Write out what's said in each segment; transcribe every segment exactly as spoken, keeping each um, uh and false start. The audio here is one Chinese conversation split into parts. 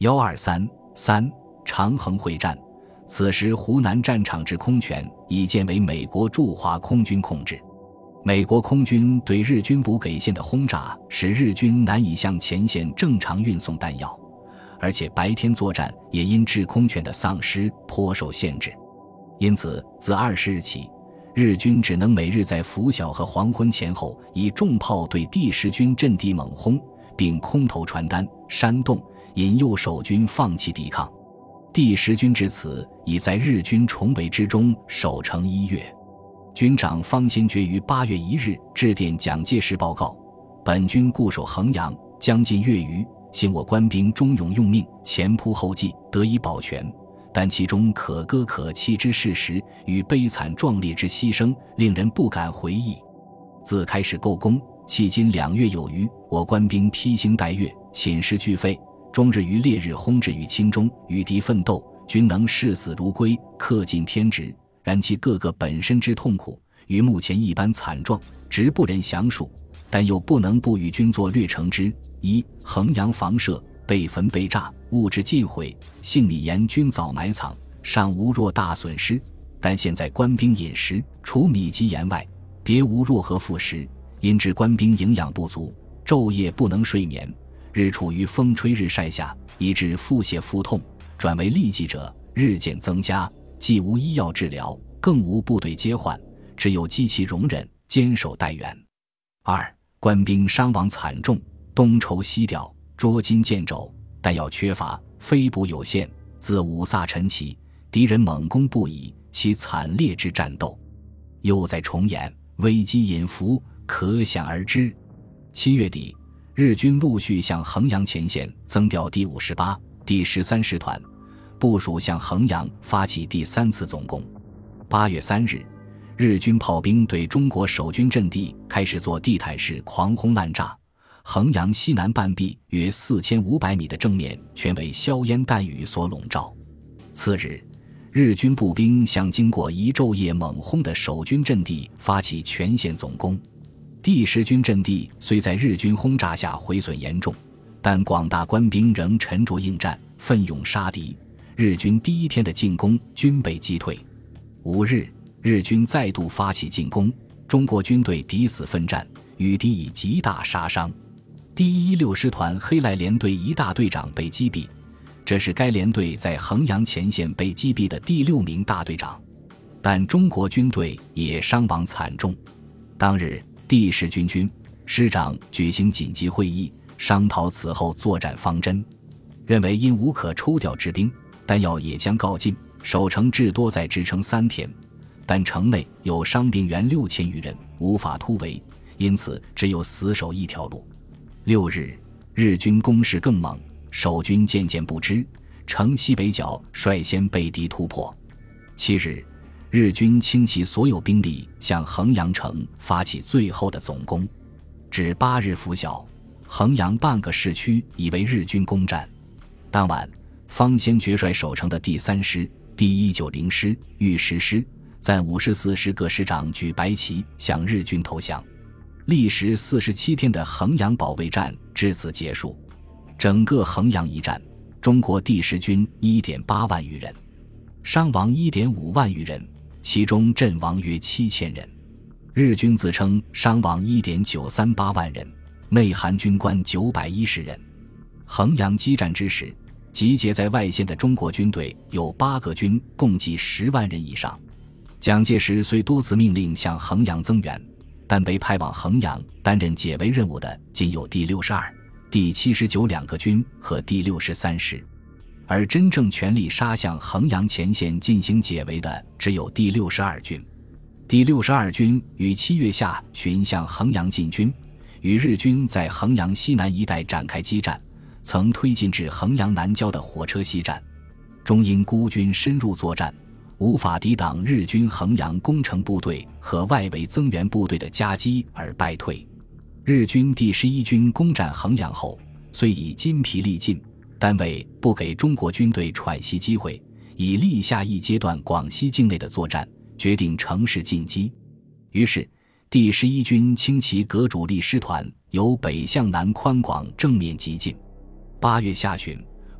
一二三三长衡会战，此时湖南战场制空权已渐为美国驻华空军控制。美国空军对日军补给线的轰炸使日军难以向前线正常运送弹药，而且白天作战也因制空权的丧失颇受限制。因此自二十日起，日军只能每日在拂晓和黄昏前后以重炮对第十军阵地猛轰，并空投传单煽动引诱守军放弃抵抗。第十军至此已在日军重围之中守成一月。军长方先觉于八月一日致电蒋介石报告，本军固守衡阳将近月余，幸我官兵忠勇用命，前仆后继，得以保全，但其中可歌可泣之事实与悲惨壮烈之牺牲，令人不敢回忆。自开始构攻迄今两月有余，我官兵披星戴月，寝食俱废，终日于烈日轰至于侵中，与敌奋斗，均能视死如归，恪尽天职。然其各个本身之痛苦与目前一般惨状，直不忍详述，但又不能不与君作略成之。一、衡阳房舍被焚被炸，物质尽毁，幸米盐均早埋藏，尚无若大损失，但现在官兵饮食除米及盐外，别无若何副食，因致官兵营养不足，昼夜不能睡眠，日处于风吹日晒下，以致腹泻腹痛，转为痢疾者日渐增加，既无医药治疗，更无部队接换，只有积其容忍，坚守待援。二、官兵伤亡惨重，东抽西调，捉襟见肘，弹药缺乏，飞补有限，自五萨晨起，敌人猛攻不已，其惨烈之战斗又在重演，危机隐伏，可想而知。七月底，日军陆续向衡阳前线增调第五十八、第十三师团，部署向衡阳发起第三次总攻。八月三日，日军炮兵对中国守军阵地开始做地毯式狂轰滥炸，衡阳西南半壁约四千五百米的正面全为硝烟弹雨所笼罩。次日，日军步兵向经过一昼夜猛轰的守军阵地发起全线总攻。第十军阵地虽在日军轰炸下毁损严重，但广大官兵仍沉着应战，奋勇杀敌。日军第一天的进攻均被击退。五日，日军再度发起进攻，中国军队抵死奋战，与敌以极大杀伤。第一六师团黑赖联队一大队长被击毙，这是该联队在衡阳前线被击毙的第六名大队长。但中国军队也伤亡惨重。当日，第十军军师长举行紧急会议，商讨此后作战方针，认为因无可抽调之兵，弹药也将告尽，守城至多再支撑三天，但城内有伤病员六千余人，无法突围，因此只有死守一条路。六日，日军攻势更猛，守军渐渐不支，城西北角率先被敌突破。七日，日军倾其所有兵力向衡阳城发起最后的总攻。至八日拂晓，衡阳半个市区已为日军攻占。当晚，方先觉率守城的第三师、第一九零师、豫十师、暂五十四师各师长举白旗向日军投降。历时四十七天的衡阳保卫战至此结束。整个衡阳一战，中国第十军 一点八万余人，伤亡 一点五万余人，其中阵亡约七千人。日军自称伤亡 一点九三八万人，内含军官九百一十人。衡阳激战之时，集结在外线的中国军队有八个军，共计十万人以上。蒋介石虽多次命令向衡阳增援，但被派往衡阳担任解围任务的仅有第六十二、第七十九两个军和第六十三师，而真正全力杀向衡阳前线进行解围的只有第六十二军。第六十二军于七月下旬向衡阳进军，与日军在衡阳西南一带展开激战，曾推进至衡阳南郊的火车西站，终因孤军深入作战，无法抵挡日军衡阳攻城部队和外围增援部队的夹击而败退。日军第十一军攻占衡阳后，虽已筋疲力尽，但为不给中国军队喘息机会，以立下一阶段广西境内的作战，决定乘势进击。于是第十一军轻骑葛主力师团由北向南宽广正面急进。八月下旬，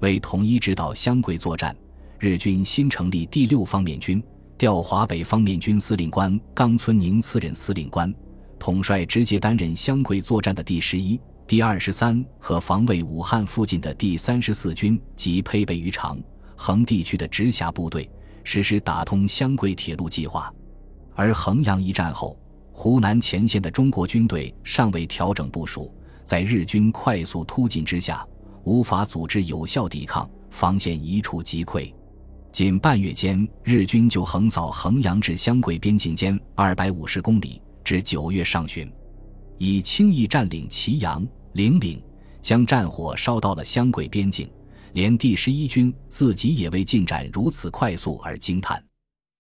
为统一指导湘桂作战，日军新成立第六方面军，调华北方面军司令官冈村宁次任司令官，统帅直接担任湘桂作战的第十一、第二十三和防卫武汉附近的第三十四军及配备于长、衡地区的直辖部队，实施打通湘桂铁路计划。而衡阳一战后，湖南前线的中国军队尚未调整部署，在日军快速突进之下，无法组织有效抵抗，防线一触即溃。仅半月间，日军就横扫衡阳至湘桂边境间二百五十公里，至九月上旬，已轻易占领祁阳、零陵，将战火烧到了湘桂边境，连第十一军自己也为进展如此快速而惊叹。